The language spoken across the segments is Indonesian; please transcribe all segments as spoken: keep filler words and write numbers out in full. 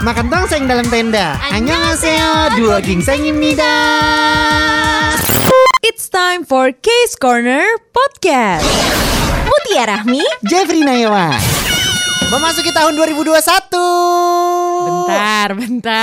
Makan tongseng dalam tenda. Annyeonghaseyo, dua gingseng입니다. It's time for Case Corner Podcast. Mutia Rahmi, Jeffrey Nayawan. Memasuki tahun dua ribu dua puluh satu. Bentar,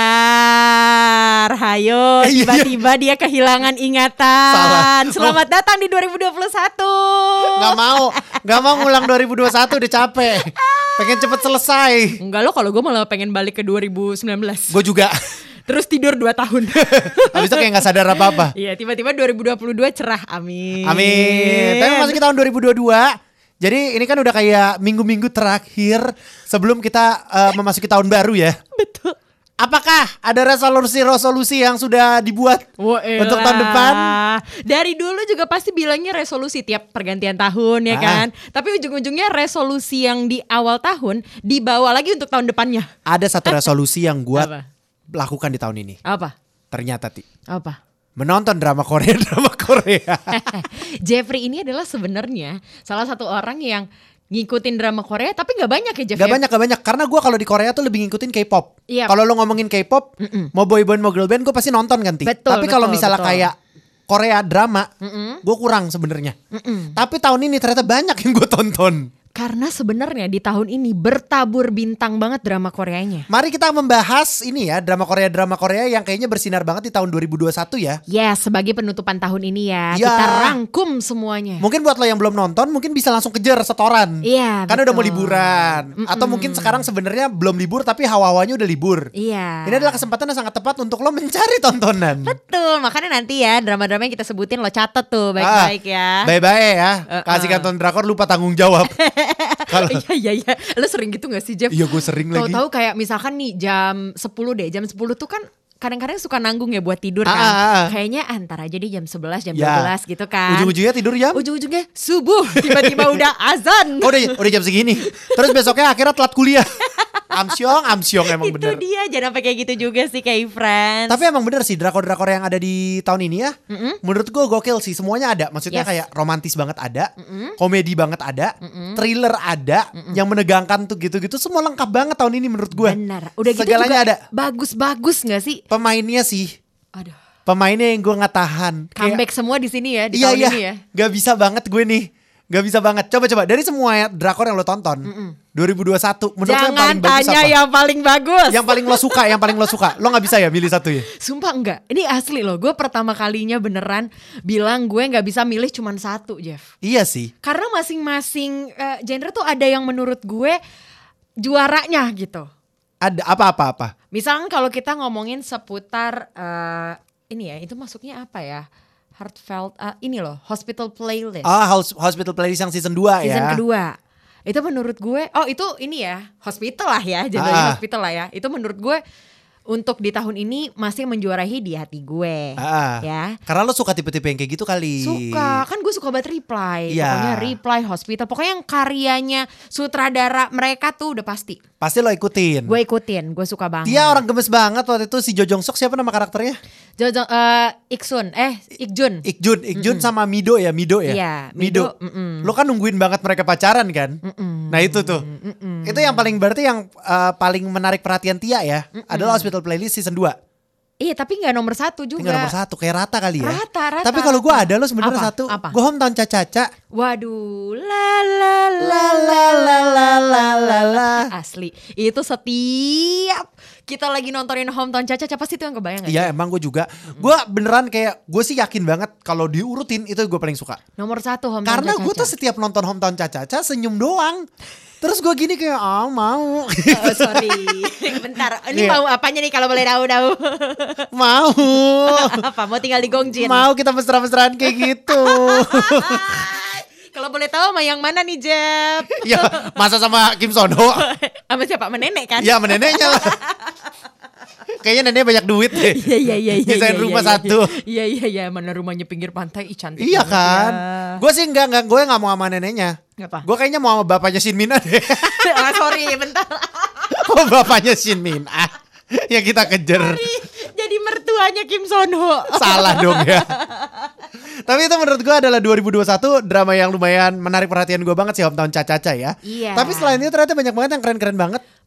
bentar. Hayo, tiba-tiba dia kehilangan ingatan. Salah. Selamat datang di dua ribu dua puluh satu. Gak mau, gak mau ngulang dua ribu dua puluh satu, udah capek. Pengen cepet selesai. Enggak lo, kalau gue malah pengen balik ke dua ribu sembilan belas. Gue juga. Terus tidur dua tahun. Habis itu kayak gak sadar apa-apa. Iya, tiba-tiba dua ribu dua puluh dua cerah. Amin. Amin. Tapi memasuki tahun dua ribu dua puluh dua. Jadi ini kan udah kayak minggu-minggu terakhir sebelum kita uh, memasuki tahun baru ya. Betul. Apakah ada resolusi-resolusi yang sudah dibuat Wah, untuk tahun depan? Dari dulu juga pasti bilangnya resolusi tiap pergantian tahun ya Ah. kan. Tapi ujung-ujungnya resolusi yang di awal tahun dibawa lagi untuk tahun depannya. Ada satu resolusi yang gue Apa? lakukan di tahun ini. Apa? Ternyata Ti, Apa? menonton drama Korea, drama Korea. Jeffrey ini adalah sebenarnya salah satu orang yang ngikutin drama Korea tapi nggak banyak ya Jeff. Gak ya? banyak, gak banyak. Karena gue kalau di Korea tuh lebih ngikutin K-pop. Iya. Kalau lo ngomongin K-pop, Mm-mm. mau boy band, mau girl band, gue pasti nonton kan Ti. Betul, Tapi kalau betul, misalnya betul. kayak Korea drama, Mm-mm. gue kurang sebenarnya. Mm-mm. Tapi tahun ini ternyata banyak yang gue tonton. Karena sebenarnya di tahun ini bertabur bintang banget drama Koreanya. Mari kita membahas ini ya, drama Korea-drama Korea yang kayaknya bersinar banget di tahun dua ribu dua puluh satu ya. Ya, sebagai penutupan tahun ini ya, Ya. kita rangkum semuanya. Mungkin buat lo yang belum nonton mungkin bisa langsung kejar setoran. Iya, Karena udah mau betul. liburan. Mm-mm. Atau mungkin sekarang sebenarnya belum libur tapi hawa-hawanya udah libur. Iya. Ini adalah kesempatan yang sangat tepat untuk lo mencari tontonan. Betul, makanya nanti ya drama-drama yang kita sebutin lo catat tuh baik-baik ya. Ah, Bye-bye ya. Uh-uh. Kasih kanton drakor lupa tanggung jawab. Kalau Iya iya iya, lo sering gitu gak sih Jeff? iya gue sering lagi. Tahu-tahu kayak misalkan nih jam sepuluh deh, jam sepuluh tuh kan kadang-kadang suka nanggung ya buat tidur Ah, kan. ah, ah. Kayaknya antar aja deh jam sebelas, jam Ya. dua belas gitu kan. Ujung-ujungnya tidur jam. Ujung-ujungnya subuh, tiba-tiba udah azan. Oh, udah, udah jam segini. Terus besoknya akhirnya telat kuliah. Amsyong, amsyong emang Itu bener. dia, jangan sampai kayak gitu juga sih kayak friends. Tapi emang bener sih drakor-drakor yang ada di tahun ini ya. Mm-mm. Menurut gue gokil sih, semuanya ada. Maksudnya Yes. kayak romantis banget ada, Mm-mm. komedi banget ada, Mm-mm. thriller ada, yang menegangkan tuh gitu-gitu. Semua lengkap banget tahun ini menurut gue. Benar. Udah gitu Segalanya juga ada. bagus-bagus gak sih? Pemainnya sih, Aduh. pemainnya yang gue nggak tahan. Kayak- Comeback semua di sini ya di iya tahun iya, ini ya. gak bisa banget gue nih. Gak bisa banget. Coba-coba dari semua ya, drakor yang lo tonton dua ribu dua puluh satu menurut lo yang Jangan paling bagus tanya apa? yang paling bagus. Yang paling lo suka, yang paling lo suka. Lo gak bisa ya milih satu ya? Sumpah enggak. Ini asli loh. Gue pertama kalinya beneran bilang gue nggak bisa milih cuman satu, Jeff. Iya sih. Karena masing-masing eh, genre tuh ada yang menurut gue juaranya gitu. Ada apa-apa-apa. Misalnya kalau kita ngomongin seputar eh, ini ya, itu masuknya apa ya? Heartfelt, eh, ini loh, Hospital Playlist. Ah, House- Hospital Playlist yang season dua ya. Season kedua. Itu menurut gue, oh itu ini ya, hospital lah ya, Ah. jadinya hospital lah ya. Itu menurut gue untuk di tahun ini masih menjuarai di hati gue. Ah, Ya. karena lo suka tipe-tipe yang kayak gitu kali. Suka, kan gue suka banget Reply. Iya. Pokoknya Reply, Hospital. Pokoknya yang karyanya sutradara mereka tuh udah pasti. Pasti lo ikutin. Gue ikutin, gue suka banget. Dia orang gemes banget waktu itu si Jo Jong Sok, siapa nama karakternya? Jojo, eh, Iksun, eh Ikjun. Ikjun, Ikjun sama Mido ya, Mido ya. Iya, Mido. Mido, mm-mm. Lo kan nungguin banget mereka pacaran kan? Mm-mm. Nah itu tuh. Mm-mm. Itu yang paling berarti yang uh, paling menarik perhatian Tia ya, adalah Hospital Playlist season dua. Iya, tapi gak nomor satu juga. Tinggal nomor satu, kayak rata kali ya. Rata, rata, Tapi kalau gue rata. ada lo sebenarnya Apa? satu. Apa? Gue hometown Caca-Caca. Waduh, la la la La la la la la la. Asli, itu setiap kita lagi nontonin Hometown Caca-Caca pasti itu yang kebayang gak? Iya emang gue juga. Gue beneran kayak, gue sih yakin banget kalau diurutin itu gue paling suka. Nomor satu Hometown Karena Caca-Caca. gue tuh setiap nonton hometown Caca-Caca senyum doang. Terus gue gini kayak, ah mau. Oh, sorry, bentar. Ini Iya. mau apanya nih kalau boleh tahu-tahu? Mau. Apa? Mau tinggal di Gongjin? Mau kita mesra-mesraan kayak gitu. Kalau boleh tahu sama yang mana nih, Jeb? Ya masa sama Kim Son Ho. Sama siapa? Sama nenek kan? Ya sama neneknya lah. Kayaknya nenek banyak duit deh. Iya iya iya iya. Nyisain iya, rumah iya, satu. Iya iya iya, mana rumahnya pinggir pantai, ih cantik. Iya banget kan. ya. Gue sih enggak enggak gue nggak mau sama neneknya. Apa? Gue kayaknya mau sama bapaknya Shin Min deh. Oh, sorry, bentar. Kok bapaknya Shin Min ah yang kita kejar. Jadi mertuanya Kim Son Ho. Salah dong ya. Tapi itu menurut gue adalah dua ribu dua puluh satu drama yang lumayan menarik perhatian gue banget sih, Hometown Caca-Caca ya. Iya. Tapi selain itu ternyata banyak banget yang keren-keren banget.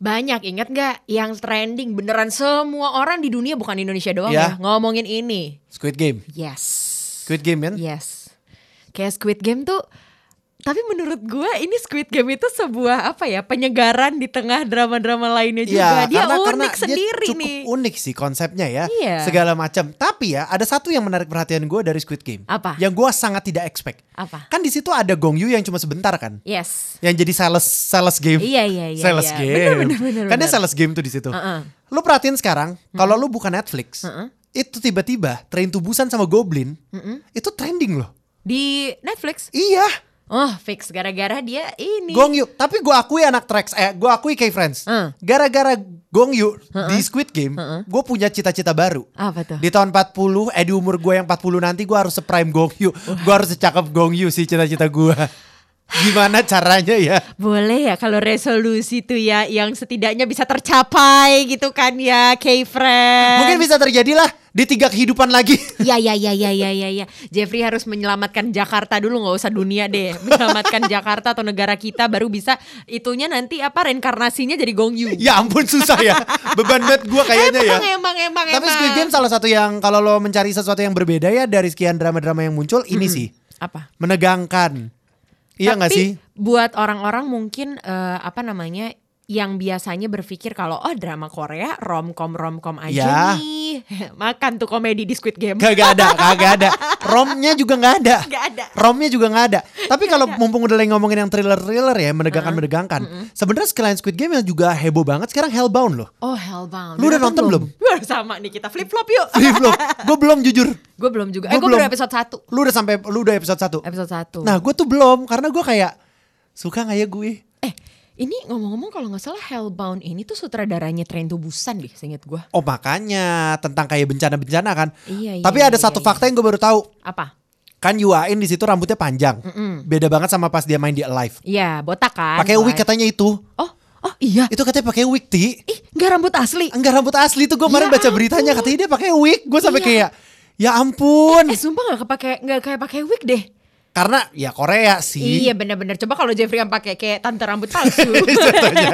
Banyak, ingat gak yang trending beneran semua orang di dunia, bukan Indonesia doang Ya. ya, ngomongin ini. Squid Game. Yes. Squid Game kan? Yes. Kayak Squid Game tuh, tapi menurut gue ini Squid Game itu sebuah apa ya, penyegaran di tengah drama-drama lainnya juga. Iya, Dia karena, unik karena sendiri dia cukup nih. unik sih konsepnya ya. Iya. Segala macam. Tapi ya ada satu yang menarik perhatian gue dari Squid Game. Apa? Yang gue sangat tidak expect. Apa? Kan di situ ada Gong Yoo yang cuma sebentar kan. Yes. Yang jadi sales sales game. Iya, iya, iya, Sales iya. game. Bener, bener, bener, Kan dia bener. sales game tuh di situ. Uh-uh. Lu perhatiin sekarang, kalau lu buka Netflix, Uh-uh. itu tiba-tiba Train to Busan sama Goblin, itu trending loh. Di Netflix. Iya. Oh fix gara-gara dia ini. Gong Yoo, tapi gue akui anak Trax, eh gue akui K-Friends. Uh. Gara-gara Gong Yoo di Squid Game, gue punya cita-cita baru. Apa tuh? Di tahun empat puluh, eh di umur gue yang empat puluh nanti gue harus se-prime Gong Yoo. Gue harus secakep Gong Yoo sih cita-cita gue. Gimana caranya ya? Boleh ya kalau resolusi tuh ya yang setidaknya bisa tercapai gitu kan ya, K-Friend. Mungkin bisa terjadi lah di tiga kehidupan lagi. Ya ya ya ya ya ya ya. Jeffrey harus menyelamatkan Jakarta dulu, nggak usah dunia deh. Menyelamatkan Jakarta atau negara kita baru bisa itunya nanti apa reinkarnasinya jadi Gong Yoo. Ya ampun susah ya. Beban banget gue kayaknya ya. Emang emang emang Tapi emang. Squid Game salah satu yang kalau lo mencari sesuatu yang berbeda ya dari sekian drama-drama yang muncul, ini sih Apa? menegangkan. Iya nggak Tapi sih? buat orang-orang mungkin eh, apa namanya yang biasanya berpikir kalau oh drama Korea romcom romcom aja Ya. nih, makan tuh komedi di Squid Game. Kagak ada, kagak ada. Romnya juga nggak ada. Nggak ada. Romnya juga nggak ada. Tapi kalau mumpung udah lagi ngomongin yang thriller-thriller ya, menegangkan-menegangkan. Sebenarnya selain Squid Game yang juga heboh banget sekarang Hellbound loh. Oh Hellbound. Lu udah nonton belum? Wah, sama nih kita flip flop yuk. Belum. Gue belum jujur. Gue belum juga. Gua Eh gue belum. baru episode satu. Lu udah sampai lu udah episode satu. Episode satu. Nah, gue tuh belum karena gue kayak suka nggak ya gue? Eh ini ngomong-ngomong kalau nggak salah Hellbound ini tuh sutradaranya Train to Busan deh, seinget gue. Oh makanya tentang kayak bencana-bencana kan. Iya, iya, Tapi ada iya, satu iya. fakta yang gue baru tahu. Apa? Kan Yuain di situ rambutnya panjang. Beda banget sama pas dia main di Alive. Iya botak kan. Pakai wig Live. katanya itu. Oh oh iya. Itu katanya pakai wig, Ti. Ih nggak rambut asli. Enggak rambut asli tuh gue kemarin Ya baca beritanya ampun. katanya dia pakai wig. Gue sampai Iya. kayak ya ampun. Eh sumpah nggak kepake nggak kayak pakai wig deh. Karena ya Korea sih. Iya bener-bener. Coba kalau Jeffrey yang pakai kayak tante rambut palsu. Jatuhnya.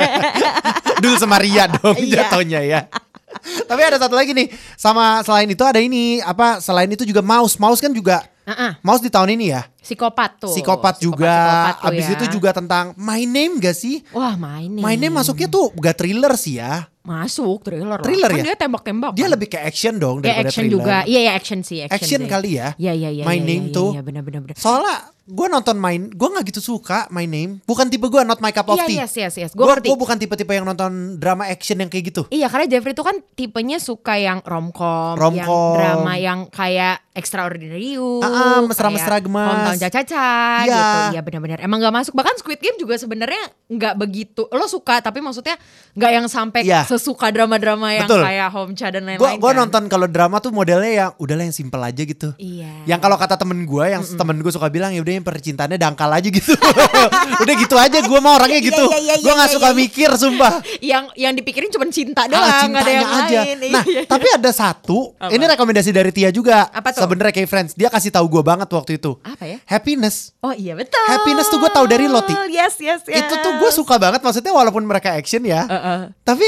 Dul sama Ria dong Iya. jatuhnya ya. Tapi ada satu lagi nih. Sama selain itu ada ini. Apa selain itu juga Mouse. Mouse kan juga. Uh-uh. Mouse di tahun ini ya. Psikopat tuh. Psikopat juga. Psikopat tuh Abis ya. itu juga tentang My Name gak sih? Wah main nih. My Name masuknya tuh gak thriller sih ya. Masuk thriller lah. Thriller Kan ya? dia tembak-tembak. Dia kan? lebih ke action dong Kayak daripada action thriller. juga. Iya ya action sih. Action, Action deh. kali ya. Iya iya iya. My iya, Name iya, tuh. Iya bener-bener. Soalnya gue nonton main, gue gak gitu suka My Name. Bukan tipe gue, not my cup of Iya tea. yes yes yes. Gue Gue ngerti. bukan tipe-tipe yang nonton drama action yang kayak gitu. Iya karena Jeffrey itu kan tipenya suka yang romcom, yang Romcom. drama yang kayak Extraordinary You, Ah, ah, mesra-mesra kayak gemas. Hometown Cha-Cha-Cha Iya. gitu. Iya benar-benar. Emang gak masuk. Bahkan Squid Game juga sebenarnya nggak begitu. Lo suka tapi maksudnya nggak yang sampai Iya. sesuka drama-drama yang Betul. kayak Home Cha dan Gue lain-lain. gue kan. nonton kalau drama tuh modelnya yang udahlah yang simple aja gitu. Iya. Yang kalau kata temen gue, yang temen gue suka bilang ya udah yang percintaannya dangkal aja gitu. Udah gitu aja, gue mah orangnya gitu. Iya, iya, iya, Gue nggak iya, suka iya. mikir, sumpah. yang yang dipikirin cuma cinta doang, Ah, nggak ada cintanya yang aja. lain. Nah, Iya. tapi ada satu. Apa? Ini rekomendasi dari Tia juga. Apa tuh? Sebenarnya kayak friends, dia kasih tahu gue banget waktu itu. Apa ya? Happiness. Oh iya betul. Happiness tuh gue tahu dari Loti. Yes yes yes. Itu tuh gue suka banget. Maksudnya walaupun mereka action ya, Heeh. tapi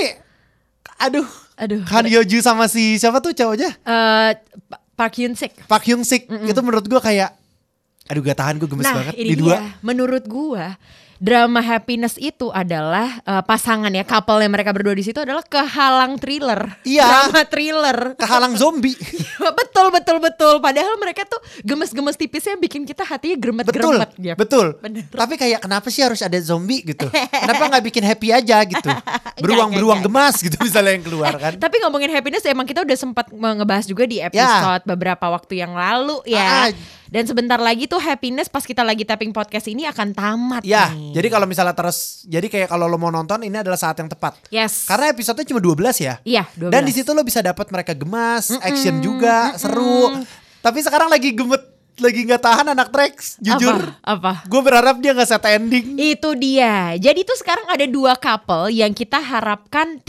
aduh. Aduh. Han Yeoju sama si siapa tuh cowoknya? Eh, Pa- Park Hyun Sik. Park Hyung Sik. Itu menurut gue kayak, aduh gak tahan gue gemes Nah banget ini di dua. dia, menurut gua drama Happiness itu adalah eh, pasangan ya, couple yang mereka berdua di situ adalah kehalang thriller. Iya. Drama thriller. Kehalang zombie. betul betul betul. Padahal mereka tuh gemes-gemes tipisnya bikin kita hatinya Betul, gremet-gremet. Ya. betul. Bener. Tapi kayak kenapa sih harus ada zombie gitu? Kenapa nggak bikin happy aja gitu? Beruang-beruang enggak, gemas gitu misalnya yang keluar kan? Tapi ngomongin Happiness emang kita udah sempat ngebahas juga di episode beberapa waktu yang lalu ya. Ah. Dan sebentar lagi tuh Happiness pas kita lagi tapping podcast ini akan tamat Ya, nih. jadi kalau misalnya terus, jadi kayak kalau lo mau nonton ini adalah saat yang tepat. Yes. Karena episodenya cuma dua belas ya. Iya, dua belas. Dan di situ lo bisa dapat mereka gemas, action juga, seru. Tapi sekarang lagi gemet, lagi nggak tahan anak Trax, jujur. Apa? Apa? Gue berharap dia nggak set ending. Itu dia. Jadi tuh sekarang ada dua couple yang kita harapkan tidak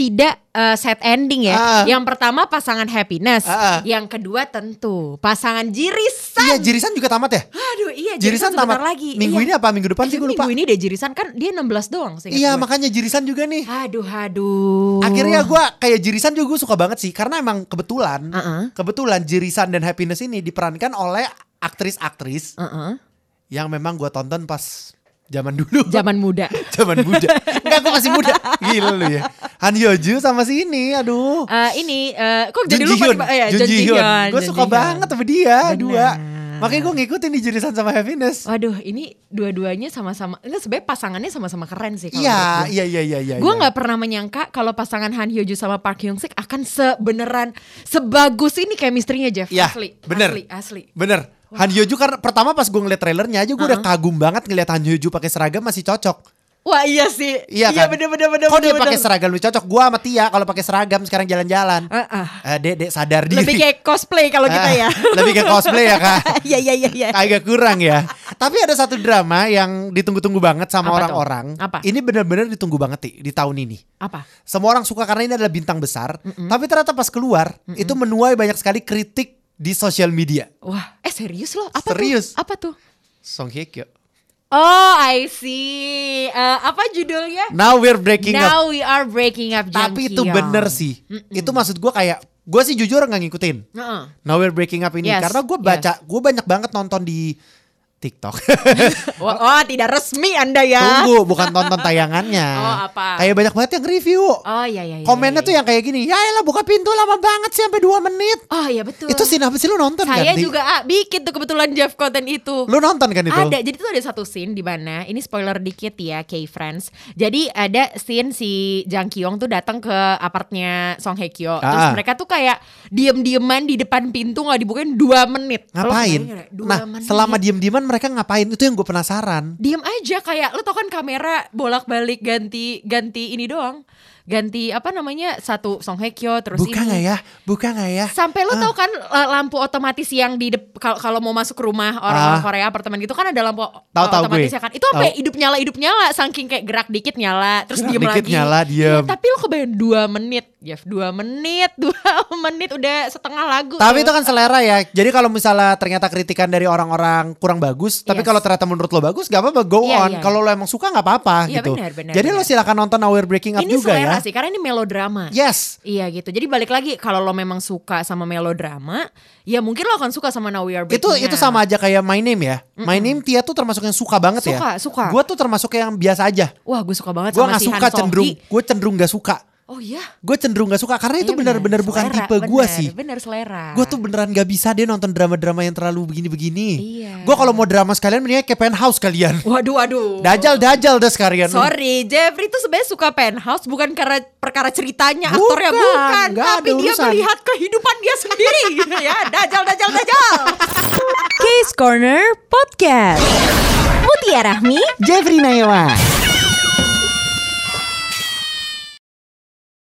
uh, sad ending ya. Ah. Yang pertama pasangan Happiness, Ah. yang kedua tentu pasangan Jirisan. Iya, Jirisan juga tamat ya? Aduh iya, Jirisan Jirisan sebentar tamat lagi. minggu Iya. ini apa minggu depan Eh, sih gue lupa. Minggu ini deh Jirisan kan dia enam belas doang sih. Iya, makanya Jirisan juga nih. Aduh, aduh. Akhirnya gue kayak Jirisan juga gue suka banget sih. Karena emang kebetulan, Uh-uh. kebetulan Jirisan dan Happiness ini diperankan oleh aktris-aktris Uh-uh. yang memang gue tonton pas zaman dulu. Zaman muda. Zaman muda. Enggak, gue masih muda. Gila lu ya. Han Hyo-joo sama si ini, aduh. Eh, ini eh, kok Jun jadi Ji lupa Hyun. tiba- ya, Jun Ji Hyun. Gue Jun suka Ji Hyun. banget sama dia, Benar. dua. Makanya gue ngikutin di Jirisan sama Happiness. Waduh, ini dua-duanya sama-sama. Enggak, sebenarnya pasangannya sama-sama keren sih kalau Iya, menurut gue. iya, iya, iya, iya. Gue iya. nggak pernah menyangka kalau pasangan Han Hyo-joo sama Park Hyung Sik akan sebeneran sebagus ini chemistry-nya, Jeff. Iya, asli, bener. asli, asli. Bener. Han Hyo-joo karena pertama pas gue ngeliat trailernya aja gue udah kagum banget ngeliat Han Hyo-joo pakai seragam masih cocok. Wah iya sih. Iya kan? bener bener bener. Kok dia bener, pakai bener. seragam lebih cocok? Gue sama Tia kalau pakai seragam sekarang jalan-jalan. Uh-uh. Eh, dek, dek sadar diri. Lebih kayak cosplay kalau kita Ah, ya. Lebih kayak cosplay ya kak. Iya iya iya. iya. Agak kurang ya. Tapi ada satu drama yang ditunggu-tunggu banget sama Apa tuh? orang-orang. Apa? Ini benar-benar ditunggu banget Ti, di tahun ini. Apa? Semua orang suka karena ini adalah bintang besar. Tapi ternyata pas keluar itu menuai banyak sekali kritik di sosial media. Wah, eh serius loh? Apa Serius. tuh? Apa tuh? Song Hye Kyo. Oh, I see. Eh, apa judulnya? Now we're breaking up. Now we are breaking up. Jang Tapi itu Ki-young. bener sih. Itu maksud gue kayak gue sih jujur nggak ngikutin. Heeh. Now we're breaking up ini Yes, karena gue baca, gue banyak banget nonton di TikTok. Wah, oh, tidak resmi Anda ya. Tunggu, bukan tonton tayangannya. Oh, apa? Kayak banyak banget yang review. Oh iya iya. iya, Komennya iya, tuh yang kayak gini, ya elah buka pintu lama banget sih sampai dua menit. Oh iya betul. Itu scene apa sih lu nonton Saya kan? Ti? juga ah, bikin tuh kebetulan Jeff konten itu. Lu nonton kan itu? Ada, jadi tuh ada satu scene di mana ini spoiler dikit ya, K-Friends. Jadi ada scene si Jang Ki-young tuh datang ke apartnya Song Hye Kyo. Terus Ah. mereka tuh kayak diem-dieman di depan pintu nggak dibukain dua menit. Lo Ngapain? bayangin nggak? Dua Nah, menit. selama diem-dieman mereka ngapain? Itu yang gue penasaran. Diem aja kayak lo tau kan kamera bolak-balik ganti ganti ini doang. Ganti apa namanya satu Song Hye Kyo terus Buka ini. nggak ya? Buka nggak ya? Sampai lo Ah. tau kan eh, lampu otomatis yang di dep- kalau kalau mau masuk rumah orang-orang Ah. Korea apartemen gitu kan ada lampu Tahu, eh, tahu otomatis gue. ya kan. Itu sampai Tahu. hidup nyala hidup nyala saking kayak gerak dikit nyala terus Gerak diem dikit lagi. nyala, diem. Iya, tapi lo kebayang dua menit, Jeff, dua menit, dua menit udah setengah lagu. Tapi tuh. itu kan selera ya. Jadi kalau misalnya ternyata kritikan dari orang-orang kurang bagus, tapi Yes. kalau ternyata menurut lo bagus, gak apa-apa, go Iya, on. iya. Kalau lo emang suka gak apa-apa Iya, gitu. benar, benar, Jadi lo benar. silakan nonton Now We're Breaking Up ini juga selera ya. sih karena ini melodrama. Yes. Iya gitu. Jadi balik lagi kalau lo memang suka sama melodrama, ya mungkin lo akan suka sama Now We Are Itu Breaking itu Up. sama aja kayak My Name ya. My Name Tia tuh termasuk yang suka banget ya. Suka, suka. Gue tuh termasuk yang biasa aja. Wah, gue suka banget Gue sama gak si suka Han cenderung, Song-hye. gue cenderung gak suka. Oh iya. Gue cenderung gak suka karena itu Iya, benar-benar benar. bukan Selera, tipe gue benar, sih. Bener selera. Gue tuh beneran gak bisa dia nonton drama-drama yang terlalu begini-begini. Iya. Gue kalau mau drama sekalian mendingan kayak Penthouse kalian. Waduh, waduh. Dajal-dajal dah sekalian. Sorry, Jeffrey tuh sebenarnya suka Penthouse bukan karena perkara ceritanya, Bukan, aktornya bukan, nggak tapi ada dia urusan. melihat kehidupan dia sendiri gitu ya. Dajal, dajal, dajal. Case Corner Podcast. Mutia Rahmi, Jeffrey Nayawan.